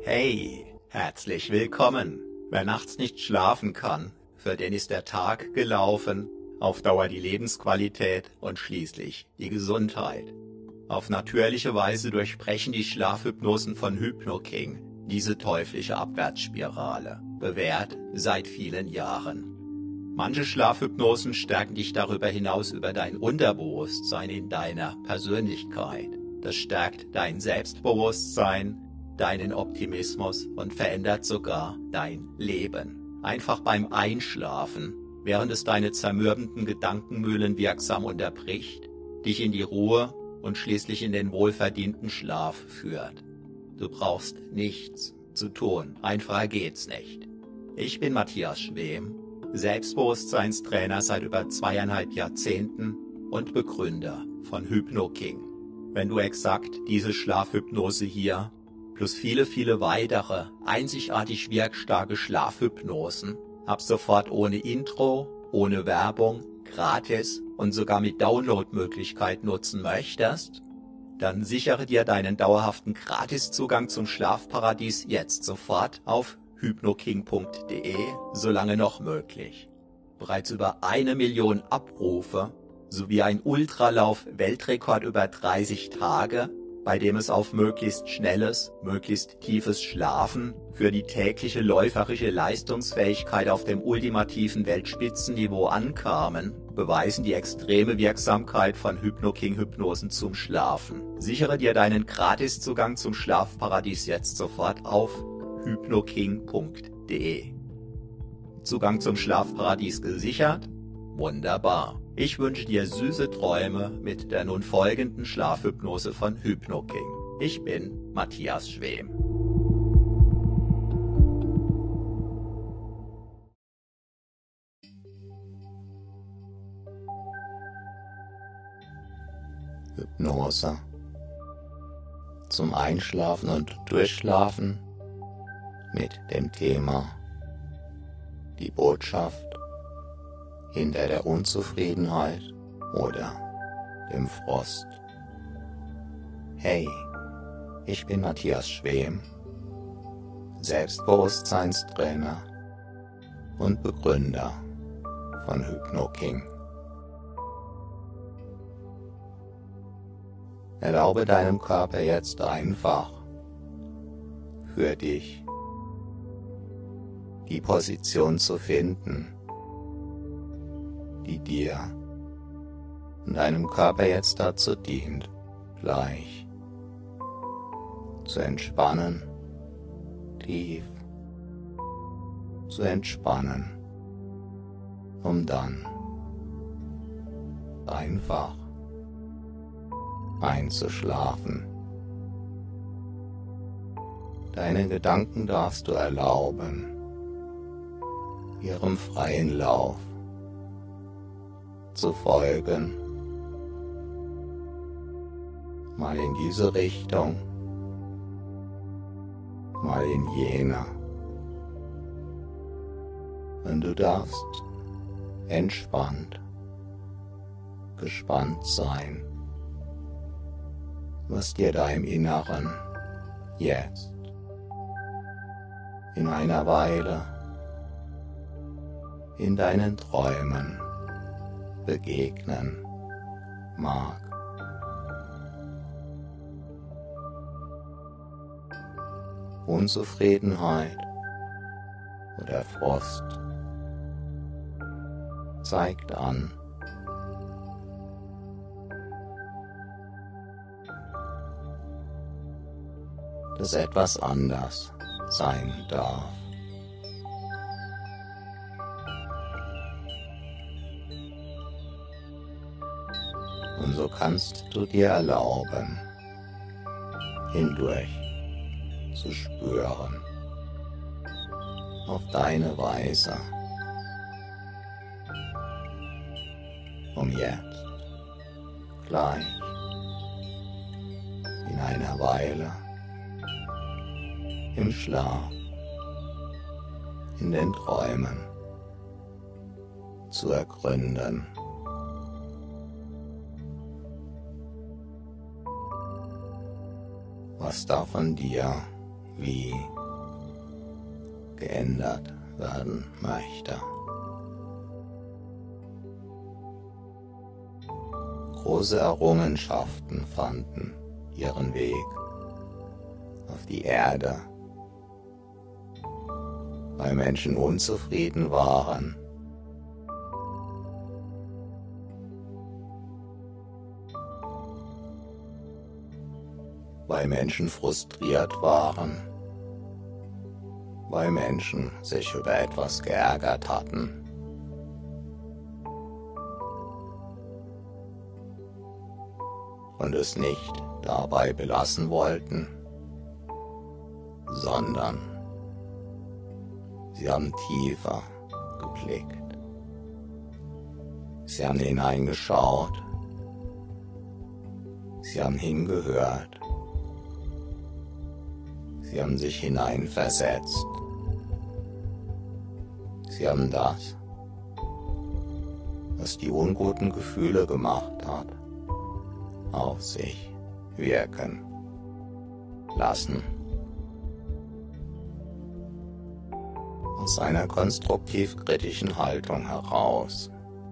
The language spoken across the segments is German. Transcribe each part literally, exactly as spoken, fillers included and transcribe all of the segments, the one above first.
Hey, herzlich willkommen. Wer nachts nicht schlafen kann, für den ist der Tag gelaufen, auf Dauer die Lebensqualität und schließlich die Gesundheit. Auf natürliche Weise durchbrechen die Schlafhypnosen von HypnoKing diese teuflische Abwärtsspirale, bewährt seit vielen Jahren. Manche Schlafhypnosen stärken dich darüber hinaus über dein Unterbewusstsein in deiner Persönlichkeit. Das stärkt dein Selbstbewusstsein, deinen Optimismus und verändert sogar dein Leben. Einfach beim Einschlafen, während es deine zermürbenden Gedankenmühlen wirksam unterbricht, dich in die Ruhe und schließlich in den wohlverdienten Schlaf führt. Du brauchst nichts zu tun, einfacher geht's nicht. Ich bin Matthias Schwem, Selbstbewusstseinstrainer seit über zweieinhalb Jahrzehnten und Begründer von HypnoKing. Wenn du exakt diese Schlafhypnose hier plus viele, viele weitere einzigartig wirkstarke Schlafhypnosen ab sofort ohne Intro, ohne Werbung, gratis und sogar mit Downloadmöglichkeit nutzen möchtest, dann sichere dir deinen dauerhaften Gratiszugang zum Schlafparadies jetzt sofort auf hypnoking punkt de, solange noch möglich. Bereits über eine Million Abrufe sowie ein Ultralauf-Weltrekord über dreißig Tage, bei dem es auf möglichst schnelles, möglichst tiefes Schlafen für die tägliche läuferische Leistungsfähigkeit auf dem ultimativen Weltspitzenniveau ankamen, beweisen die extreme Wirksamkeit von HypnoKing-Hypnosen zum Schlafen. Sichere dir deinen Gratiszugang zum Schlafparadies jetzt sofort auf hypnoking punkt de. Zugang zum Schlafparadies gesichert? Wunderbar. Ich wünsche dir süße Träume mit der nun folgenden Schlafhypnose von HypnoKing. Ich bin Matthias Schwem. Hypnose zum Einschlafen und Durchschlafen mit dem Thema die Botschaft hinter der Unzufriedenheit oder dem Frust. Hey, ich bin Matthias Schwem, Selbstbewusstseinstrainer und Begründer von HypnoKing. Erlaube deinem Körper jetzt einfach für dich die Position zu finden, die dir und deinem Körper jetzt dazu dient, gleich zu entspannen, tief zu entspannen, um dann einfach einzuschlafen. Deine Gedanken darfst du erlauben, ihrem freien Lauf zu folgen, mal in diese Richtung, mal in jene. Und du darfst entspannt, gespannt sein, was dir da im Inneren jetzt in einer Weile in deinen Träumen begegnen mag. Unzufriedenheit oder Frust zeigt an, dass etwas anders sein darf. Und so kannst du dir erlauben, hindurch zu spüren, auf deine Weise, um jetzt gleich in einer Weile im Schlaf, in den Träumen zu ergründen, was da von dir wie geändert werden möchte. Große Errungenschaften fanden ihren Weg auf die Erde, weil Menschen unzufrieden waren, weil Menschen frustriert waren, weil Menschen sich über etwas geärgert hatten. Und es nicht dabei belassen wollten, sondern sie haben tiefer geblickt. Sie haben hineingeschaut, sie haben hingehört, sie haben sich hineinversetzt, sie haben das, was die unguten Gefühle gemacht hat, auf sich wirken lassen. Aus einer konstruktiv-kritischen Haltung heraus,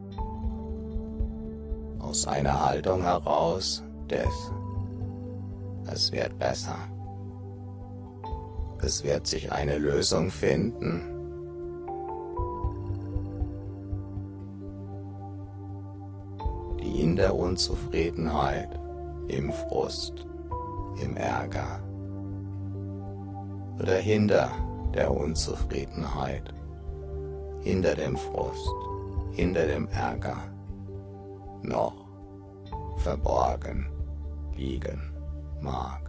aus einer Haltung heraus des, es wird besser, es wird sich eine Lösung finden, die in der Unzufriedenheit, im Frust, im Ärger oder hinter der Unzufriedenheit, hinter dem Frust, hinter dem Ärger noch verborgen liegen mag.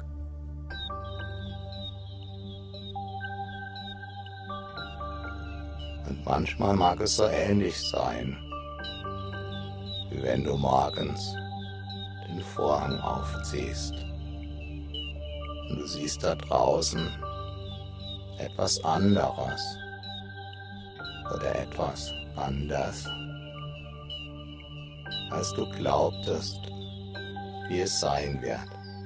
Und manchmal mag es so ähnlich sein, wie wenn du morgens den Vorhang aufziehst und du siehst da draußen etwas anderes oder etwas anders, als du glaubtest, wie es sein wird.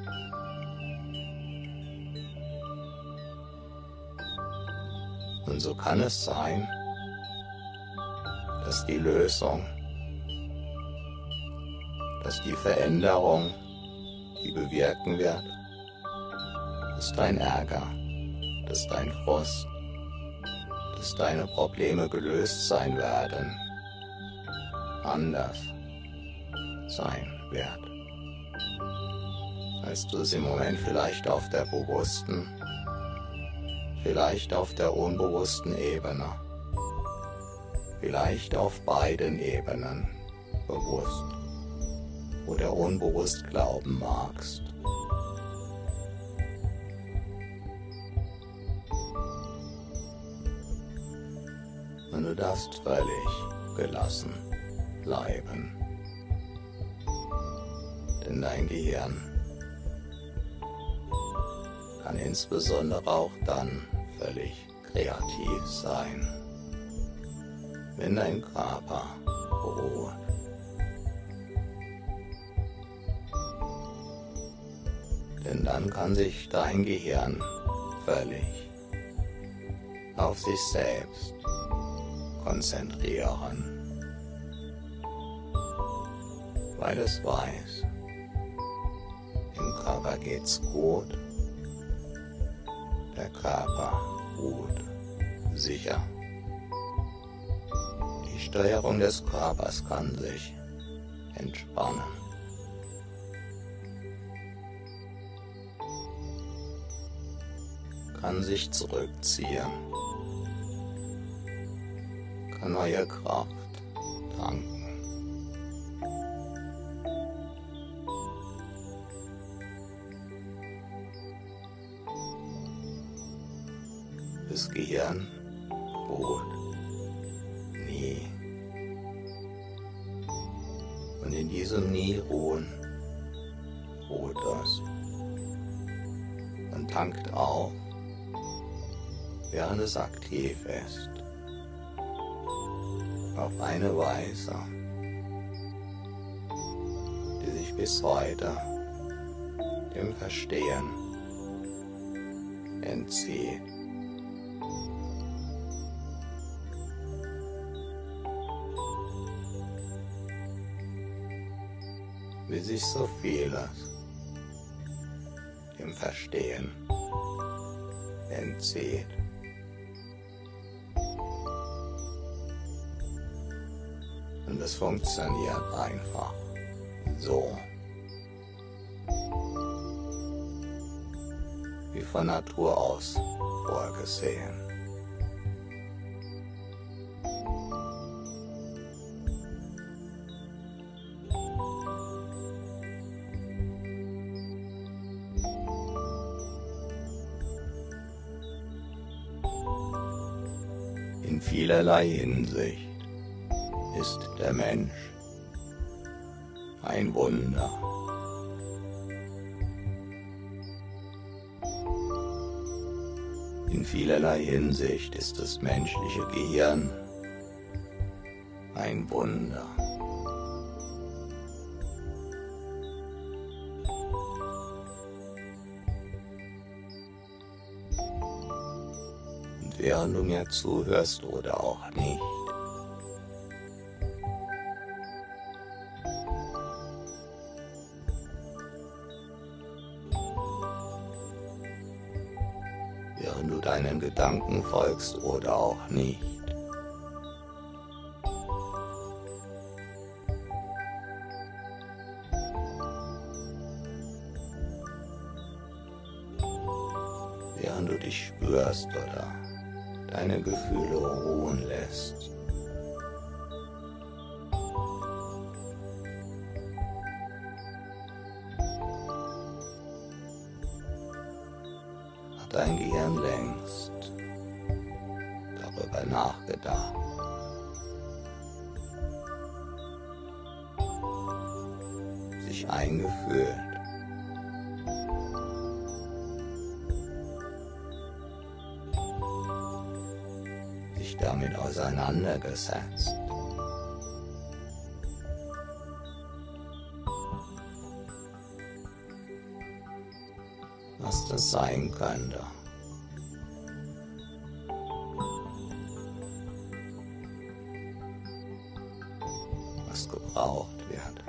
Und so kann es sein, dass die Lösung, dass die Veränderung, die bewirken wird, dass dein Ärger, dass dein Frust, dass deine Probleme gelöst sein werden, anders sein wird, als du es im Moment vielleicht auf der bewussten, vielleicht auf der unbewussten Ebene, vielleicht auf beiden Ebenen bewusst oder unbewusst glauben magst. Und du darfst völlig gelassen bleiben, denn dein Gehirn kann insbesondere auch dann völlig kreativ sein, wenn dein Körper ruht. Denn dann kann sich dein Gehirn völlig auf sich selbst konzentrieren, weil es weiß, dem Körper geht's gut, der Körper ruht sicher. Die Steuerung des Körpers kann sich entspannen. Kann sich zurückziehen, kann neue Kraft tanken. Das Gehirn ruht nie. Und in diesem Nie-Ruhen ruht es und tankt auf, während es aktiv ist, auf eine Weise, die sich bis heute dem Verstehen entzieht. wie sich so vieles dem Verstehen entzieht. Und es funktioniert einfach so, wie von Natur aus vorgesehen. In vielerlei Hinsicht ist der Mensch ein Wunder. In vielerlei Hinsicht ist das menschliche Gehirn ein Wunder. Und während du mir zuhörst oder auch nicht, während du deinen Gedanken folgst oder auch nicht, während du dich spürst oder deine Gefühle ruhen lässt, hat dein Gehirn längst darüber nachgedacht, sich eingefühlt, sich damit auseinandergesetzt. Was das sein könnte. Was gebraucht wird.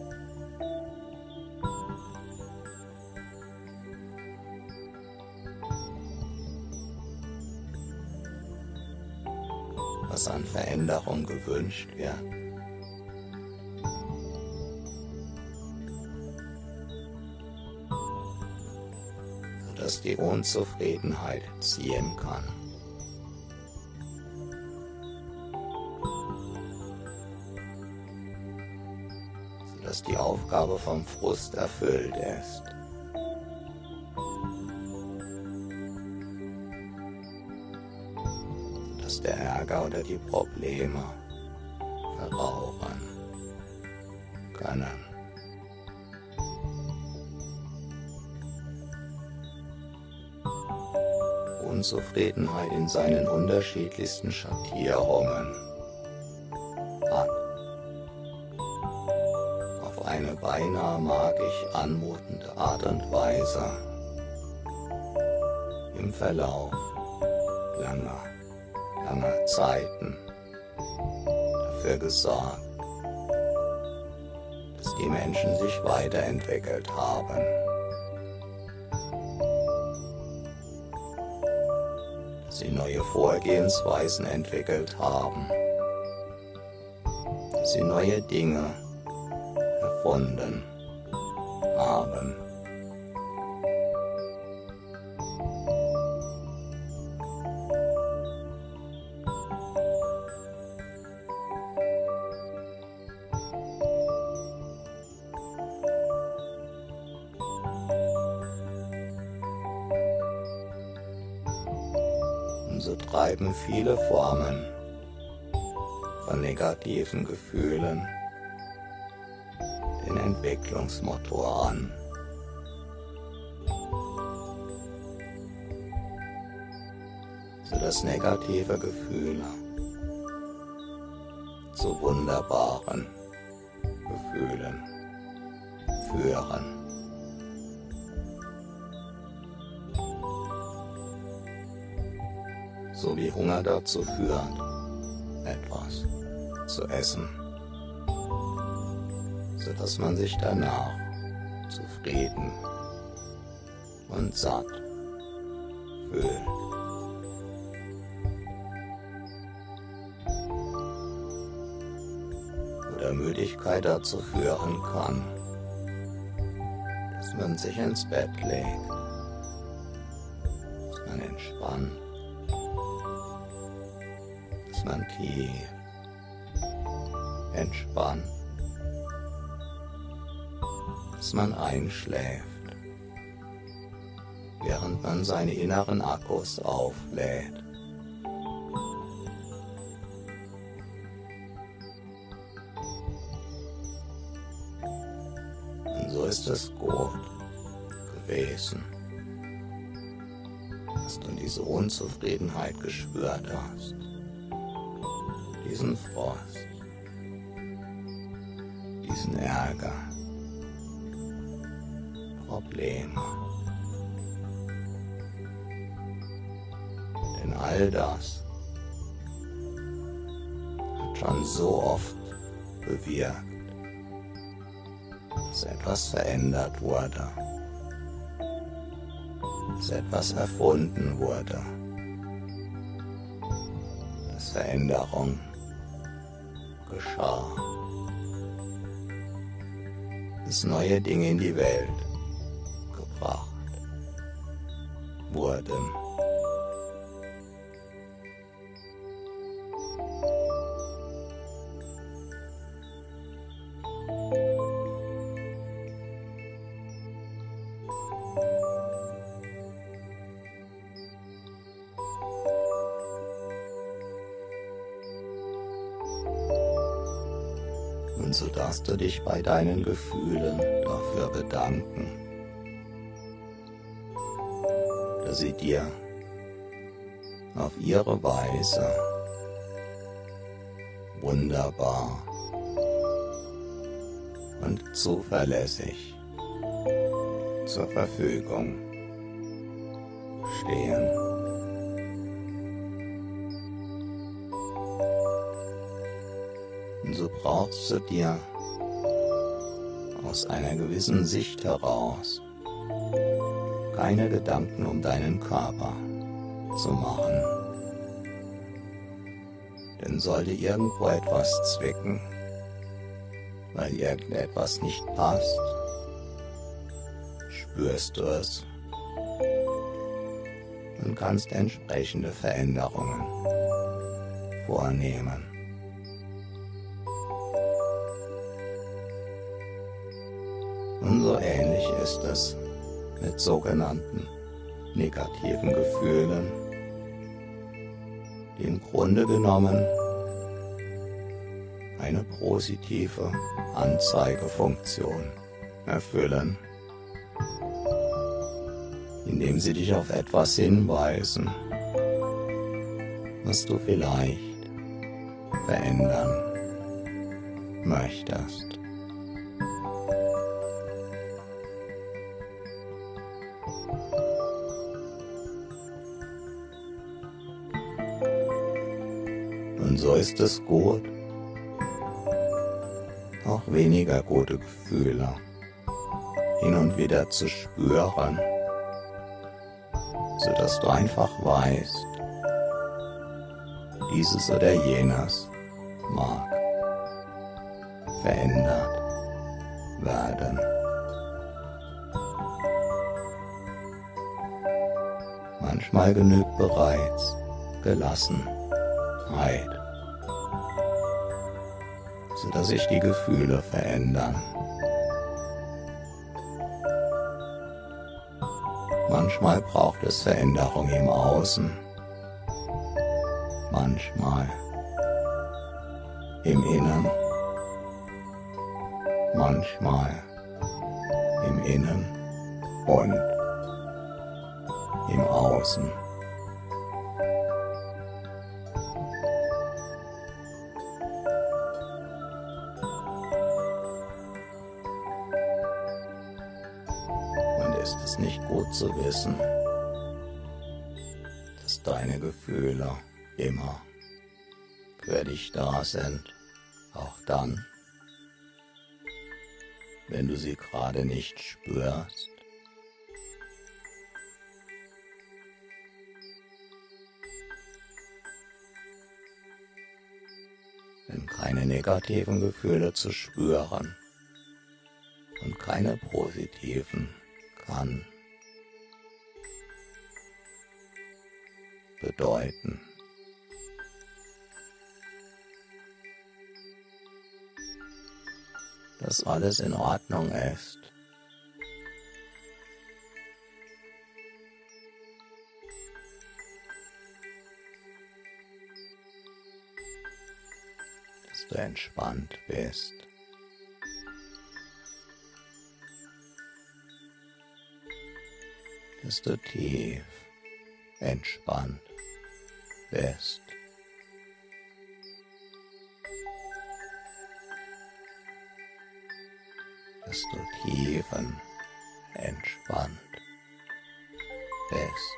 Was an Veränderung gewünscht wird. Sodass die Unzufriedenheit ziehen kann. Sodass die Aufgabe vom Frust erfüllt ist. Sodass der Ärger oder die Probleme verrauchen können. Unzufriedenheit in seinen unterschiedlichsten Schattierungen hat auf eine beinahe magisch anmutende Art und Weise im Verlauf langer, langer Zeiten dafür gesorgt, dass die Menschen sich weiterentwickelt haben. Sie neue Vorgehensweisen entwickelt haben, dass sie neue Dinge erfunden haben. So treiben viele Formen von negativen Gefühlen den Entwicklungsmotor an. Sodass negative Gefühle zu wunderbaren Gefühlen führen. So wie Hunger dazu führt, etwas zu essen. sodass man sich danach zufrieden und satt fühlt. Oder Müdigkeit dazu führen kann, dass man sich ins Bett legt, dass man entspannt, dass man tief entspannt, dass man einschläft, während man seine inneren Akkus auflädt. Und so ist es gut gewesen, dass du diese Unzufriedenheit gespürt hast, diesen Frost, diesen Ärger, Probleme. Denn all das hat schon so oft bewirkt, dass etwas verändert wurde, dass etwas erfunden wurde, dass Veränderung geschah, dass neue Dinge in die Welt gebracht wurden. Und so darfst du dich bei deinen Gefühlen dafür bedanken, dass sie dir auf ihre Weise wunderbar und zuverlässig zur Verfügung stehen. Und so brauchst du dir aus einer gewissen Sicht heraus keine Gedanken um deinen Körper zu machen. Denn sollte irgendwo etwas zwicken, weil irgendetwas nicht passt, spürst du es und kannst entsprechende Veränderungen vornehmen. Und so ähnlich ist es mit sogenannten negativen Gefühlen, die im Grunde genommen eine positive Anzeigefunktion erfüllen, indem sie dich auf etwas hinweisen, was du vielleicht verändern möchtest. Und so ist es gut, auch weniger gute Gefühle hin und wieder zu spüren, sodass du einfach weißt, dieses oder jenes mag verändert werden. Manchmal genügt bereits Gelassenheit, sodass sich die Gefühle verändern. Manchmal braucht es Veränderung im Außen, manchmal im Innen, manchmal im Innen und im Außen. Ist es nicht gut zu wissen, dass deine Gefühle immer für dich da sind, auch dann, wenn du sie gerade nicht spürst. Wenn keine negativen Gefühle zu spüren und keine positiven kann bedeuten, dass alles in Ordnung ist. Dass du entspannt bist. Dass du tief entspannt bist. Dass du tiefen entspannt bist.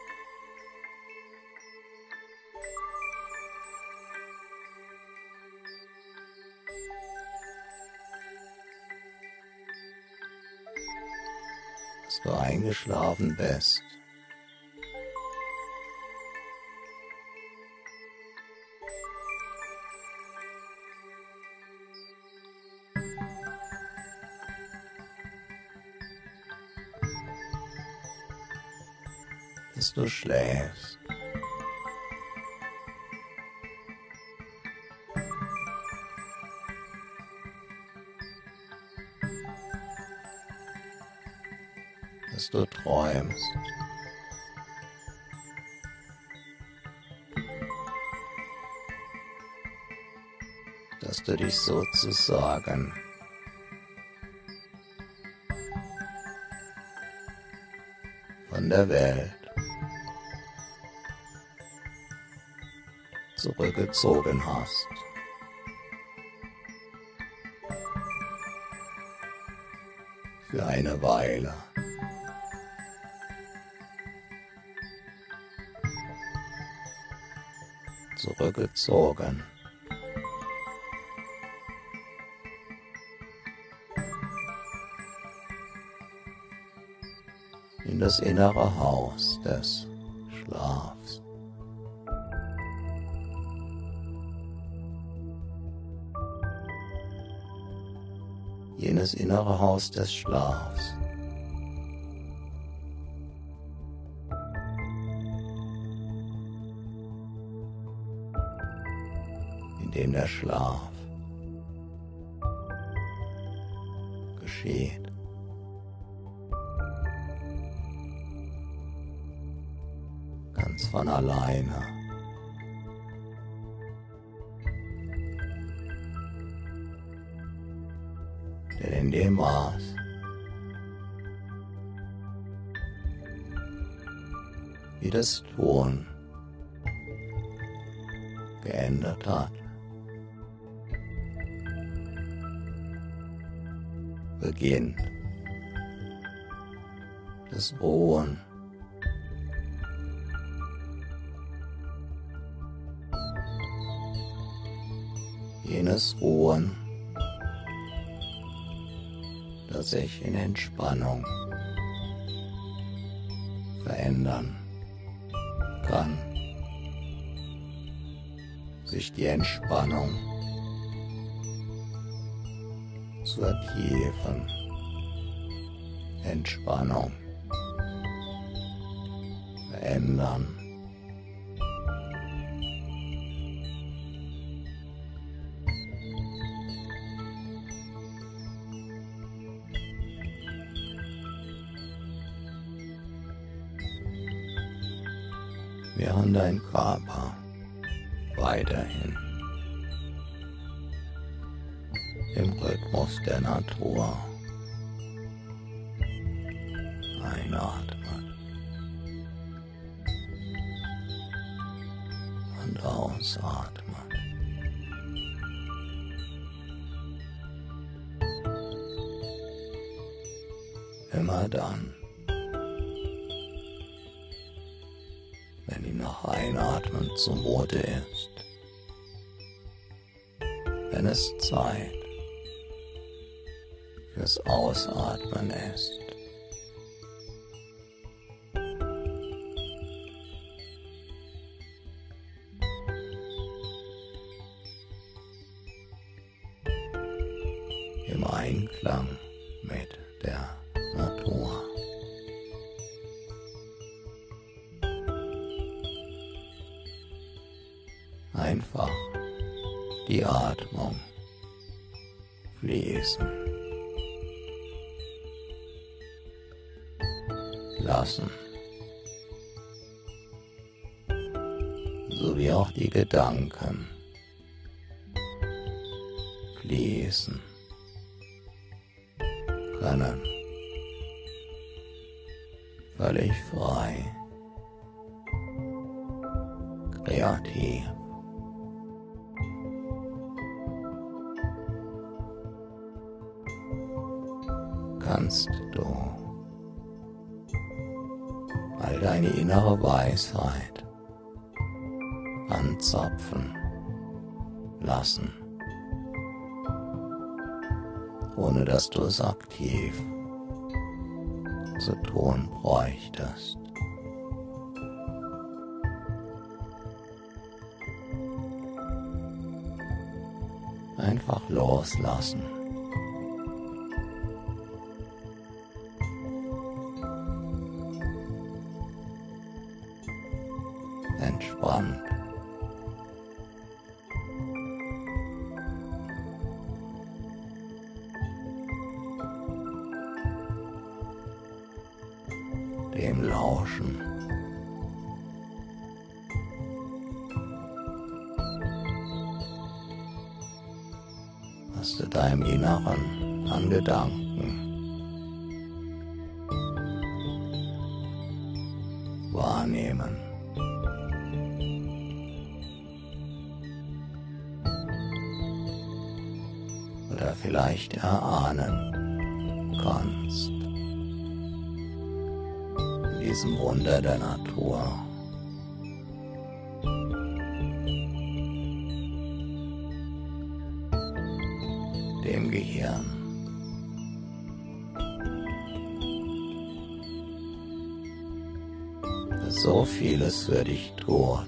Dass du eingeschlafen bist. Dass du schläfst. Dass du träumst. Dass du dich sozusagen von der Welt zurückgezogen hast. Für eine Weile. Zurückgezogen. In das innere Haus des Schlafs. Jenes innere Haus des Schlafs. In dem der Schlaf geschieht. Ganz von alleine. Denn in dem Maß, wie das Tun geändert hat, beginnt das Ruhen. Jenes Ruhen, das sich in Entspannung verändern kann. Sich die Entspannung zur tiefen Entspannung verändern. Während dein Körper weiterhin im Rhythmus der Natur einatmet und ausatmet. Immer dann, wenn ihm nach Einatmen zumute ist, wenn es Zeit fürs Ausatmen ist. Im Einklang mit der Natur. Einfach die Atmung fließen lassen, sowie auch die Gedanken fließen können, völlig frei, kreativ. Kannst du all deine innere Weisheit anzapfen lassen, ohne dass du es aktiv zu tun bräuchtest. Einfach loslassen. Entspannt. Dem Lauschen. Was du deinem Inneren an Gedanken wahrnehmen oder vielleicht erahnen kannst. In diesem Wunder der Natur. Dem Gehirn. Das so vieles für dich tut.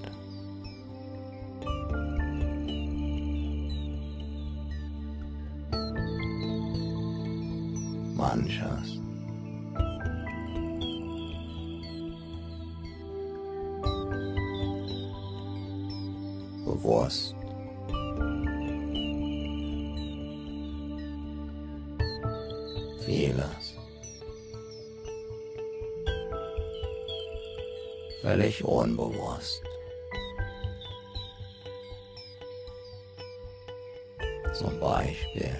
Manches bewusst, vieles völlig unbewusst. Zum Beispiel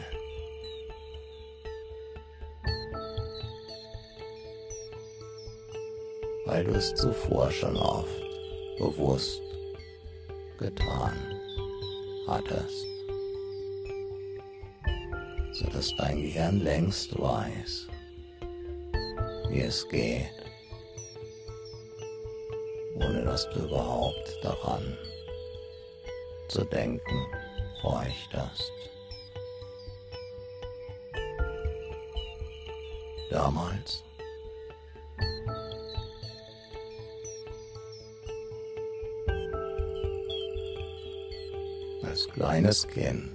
weil du es zuvor schon oft bewusst getan hattest, sodass dein Gehirn längst weiß, wie es geht, ohne dass du überhaupt daran zu denken bräuchtest. Damals als kleines Kind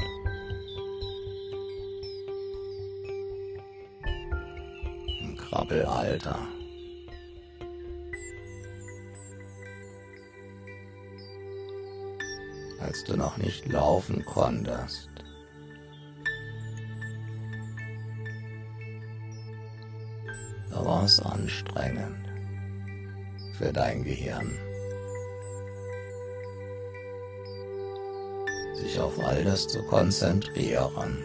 im Krabbelalter als du noch nicht laufen konntest, da war es anstrengend für dein Gehirn, sich auf all das zu konzentrieren,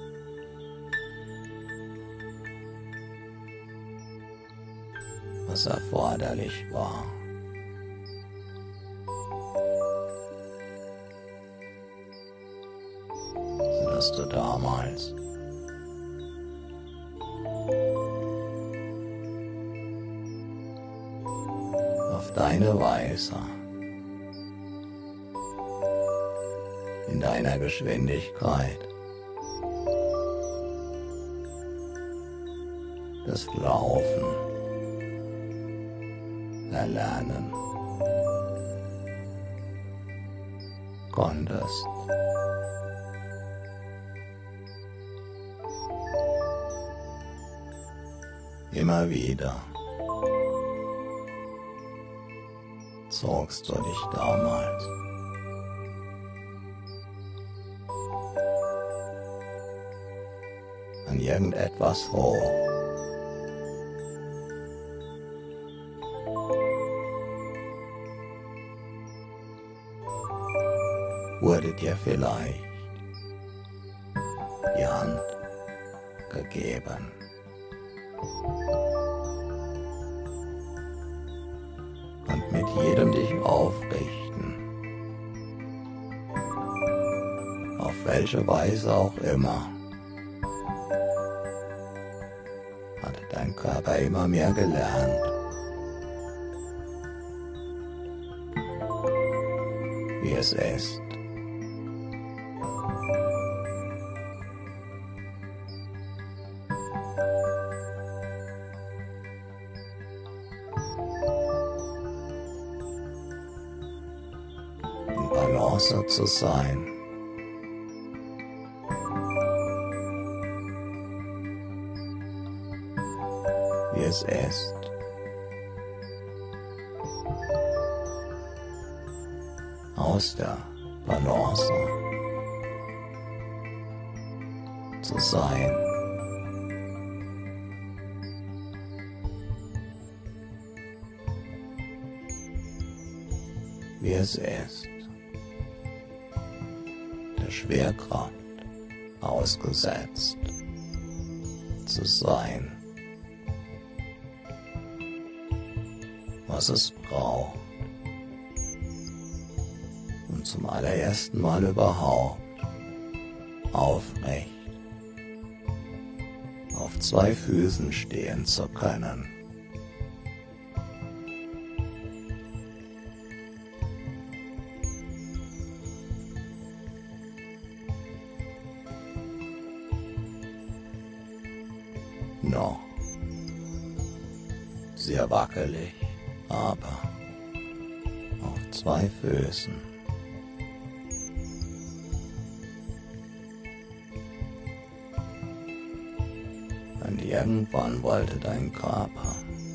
was erforderlich war. Sodass du damals auf deine Weise in deiner Geschwindigkeit des Laufen erlernen konntest. Immer wieder zogst du dich damals an irgendetwas hoch, wurde dir vielleicht die Hand gegeben. Und mit jedem dich aufrichten, auf welche Weise auch immer, hatte dein Körper immer mehr gelernt, wie es ist, in Balance zu sein. Wie es ist, aus der Balance zu sein. Wie es ist, der Schwerkraft ausgesetzt zu sein. Was es braucht, um zum allerersten Mal überhaupt aufrecht auf zwei Füßen stehen zu können. Noch sehr wackelig, aber auf zwei Füßen. Und irgendwann wollte dein Körper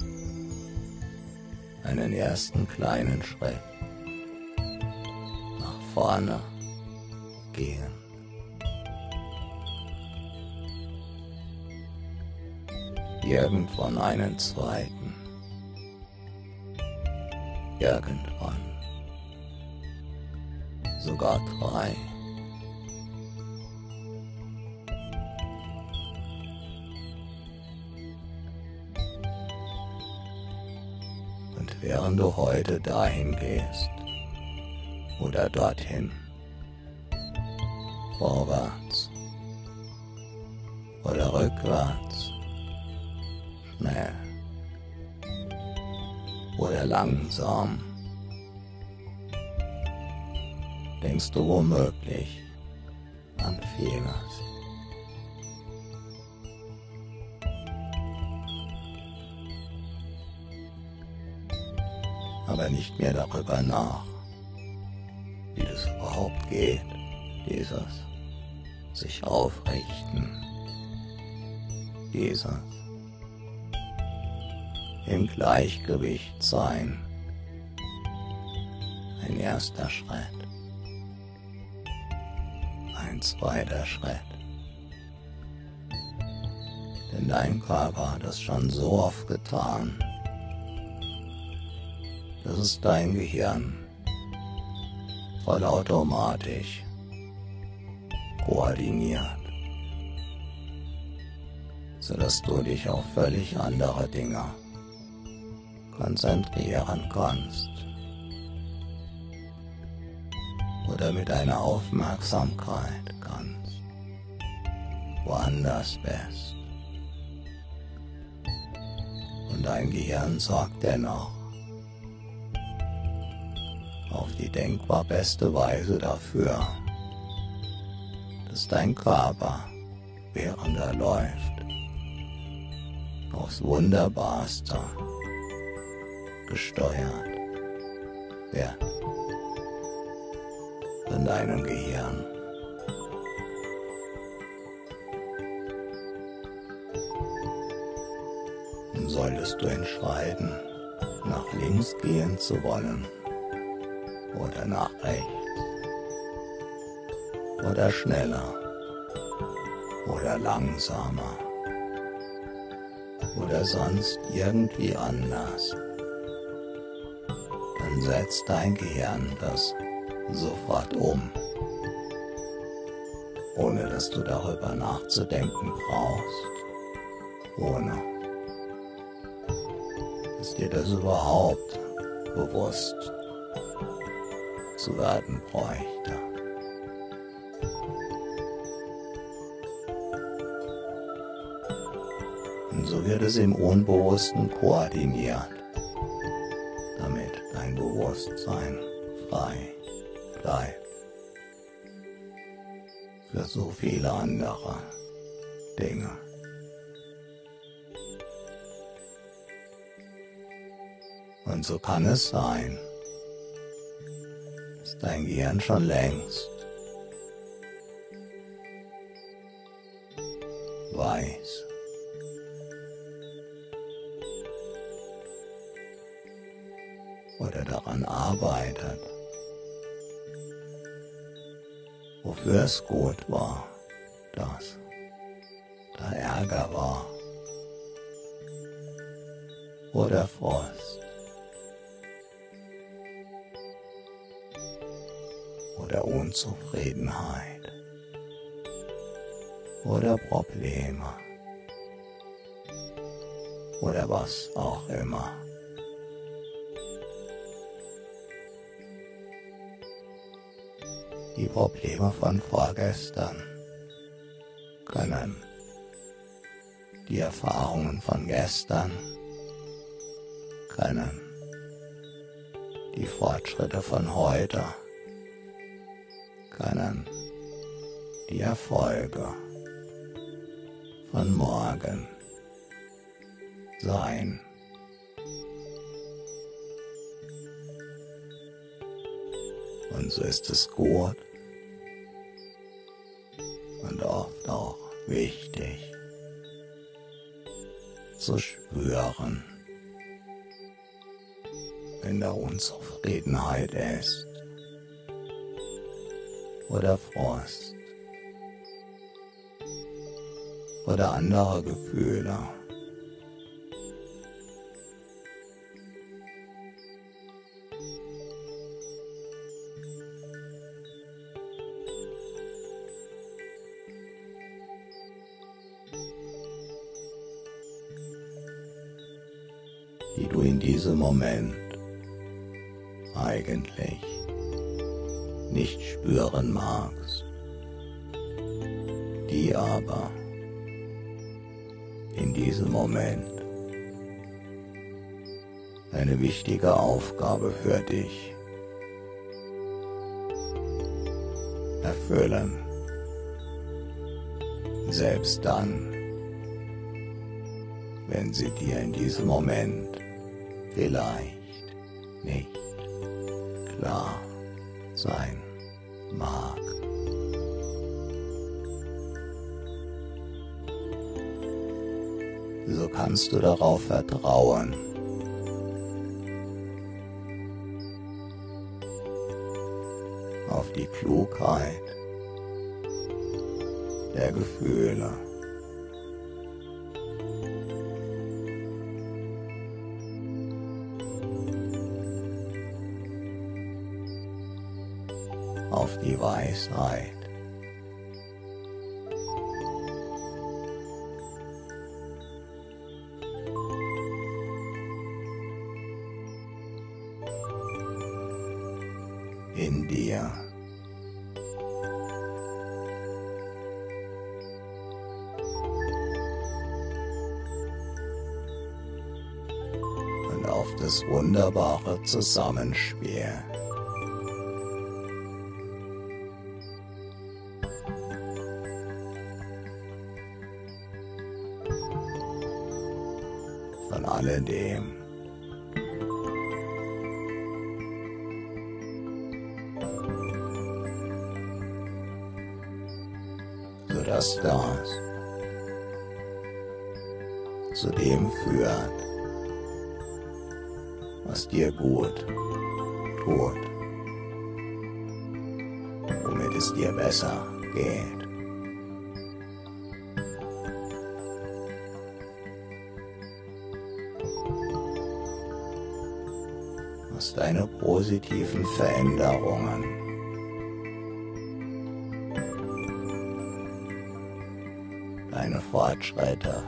einen ersten kleinen Schritt nach vorne gehen. Irgendwann einen zweiten. Irgendwann sogar drei. Und während du heute dahin gehst oder dorthin, vorwärts oder rückwärts, schnell oder langsam, denkst du womöglich an vieles. Aber nicht mehr darüber nach, wie es überhaupt geht, dieses sich aufrichten, dieses im Gleichgewicht sein. Ein erster Schritt, ein zweiter Schritt. Denn dein Körper hat es schon so oft getan, dass es dein Gehirn vollautomatisch koordiniert, sodass du dich auf völlig andere Dinge konzentrieren kannst oder mit deiner Aufmerksamkeit ganz woanders bist. Und dein Gehirn sorgt dennoch auf die denkbar beste Weise dafür, dass dein Körper, während er läuft, aufs Wunderbarste gesteuert wird von deinem Gehirn. Und solltest du entscheiden, nach links gehen zu wollen oder nach rechts oder schneller oder langsamer oder sonst irgendwie anders, dann setzt dein Gehirn das sofort um, ohne dass du darüber nachzudenken brauchst, ohne dass dir das überhaupt bewusst zu werden bräuchte. Und so wird es im Unbewussten koordiniert, damit dein Bewusstsein frei bleibt für so viele andere Dinge. Und so kann es sein, dass dein Gehirn schon längst weiß, oder daran arbeitet, wofür es gut war, dass da Ärger war oder Frust oder Unzufriedenheit oder Probleme oder was auch immer. Die Probleme von vorgestern können die Erfahrungen von gestern, können die Fortschritte von heute, können die Erfolge von morgen sein. Und so ist es gut und oft auch wichtig zu spüren, wenn da Unzufriedenheit ist oder Frust oder andere Gefühle. Die du in diesem Moment eigentlich nicht spüren magst, die aber in diesem Moment eine wichtige Aufgabe für dich erfüllen, selbst dann, wenn sie dir in diesem Moment vielleicht nicht klar sein mag. So kannst du darauf vertrauen, auf die Klugheit der Gefühle. Auf die Weisheit in dir. Und auf das wunderbare Zusammenspiel von alledem. Sodass das zu dem führt, was dir gut tut, womit es dir besser geht. Was deine positiven Veränderungen deine Fortschritte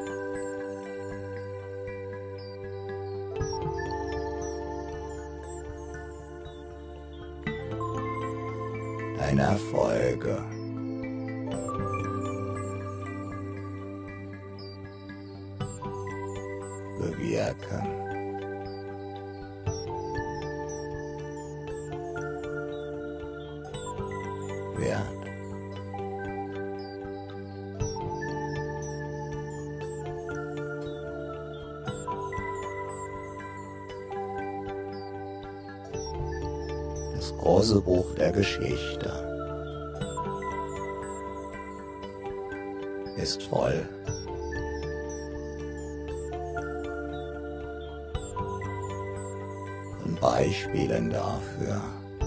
deine Erfolge bewirken. Wird. Das große Buch der Geschichte ist voll von Beispielen dafür,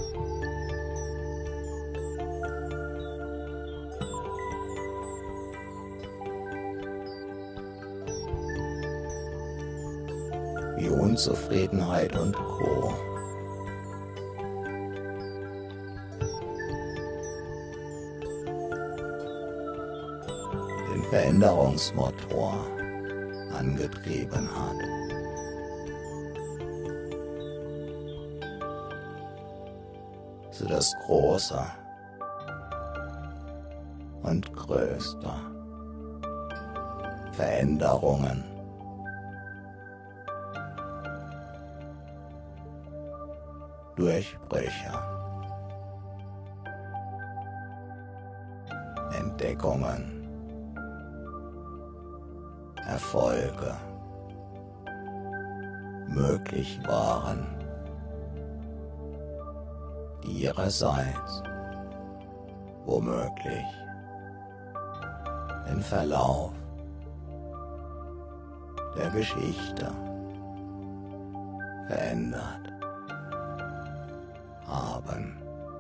wie Unzufriedenheit und Co. den Veränderungsmotor angetrieben hat. Zu das Große und Größte Veränderungen Durchbrüche, Entdeckungen, Erfolge möglich waren, die ihrerseits womöglich den Verlauf der Geschichte verändert haben.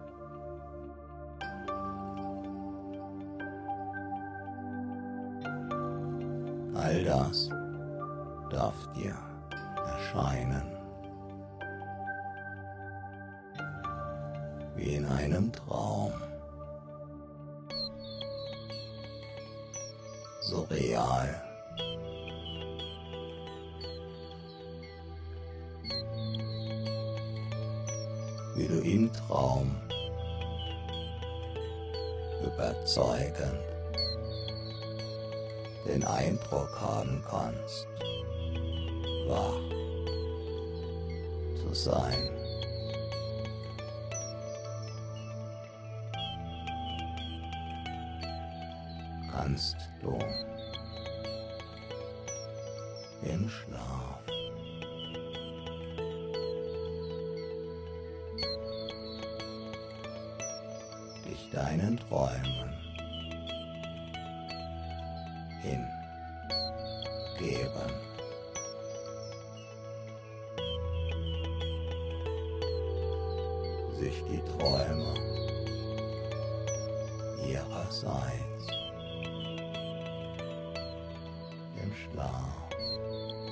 All das darf dir erscheinen wie in einem Traum, so real, wie du im Traum überzeugend den Eindruck haben kannst, wach zu sein. Kannst du im Schlaf dich deinen Träumen hingeben. Sich die Träume ihrerseits im Schlaf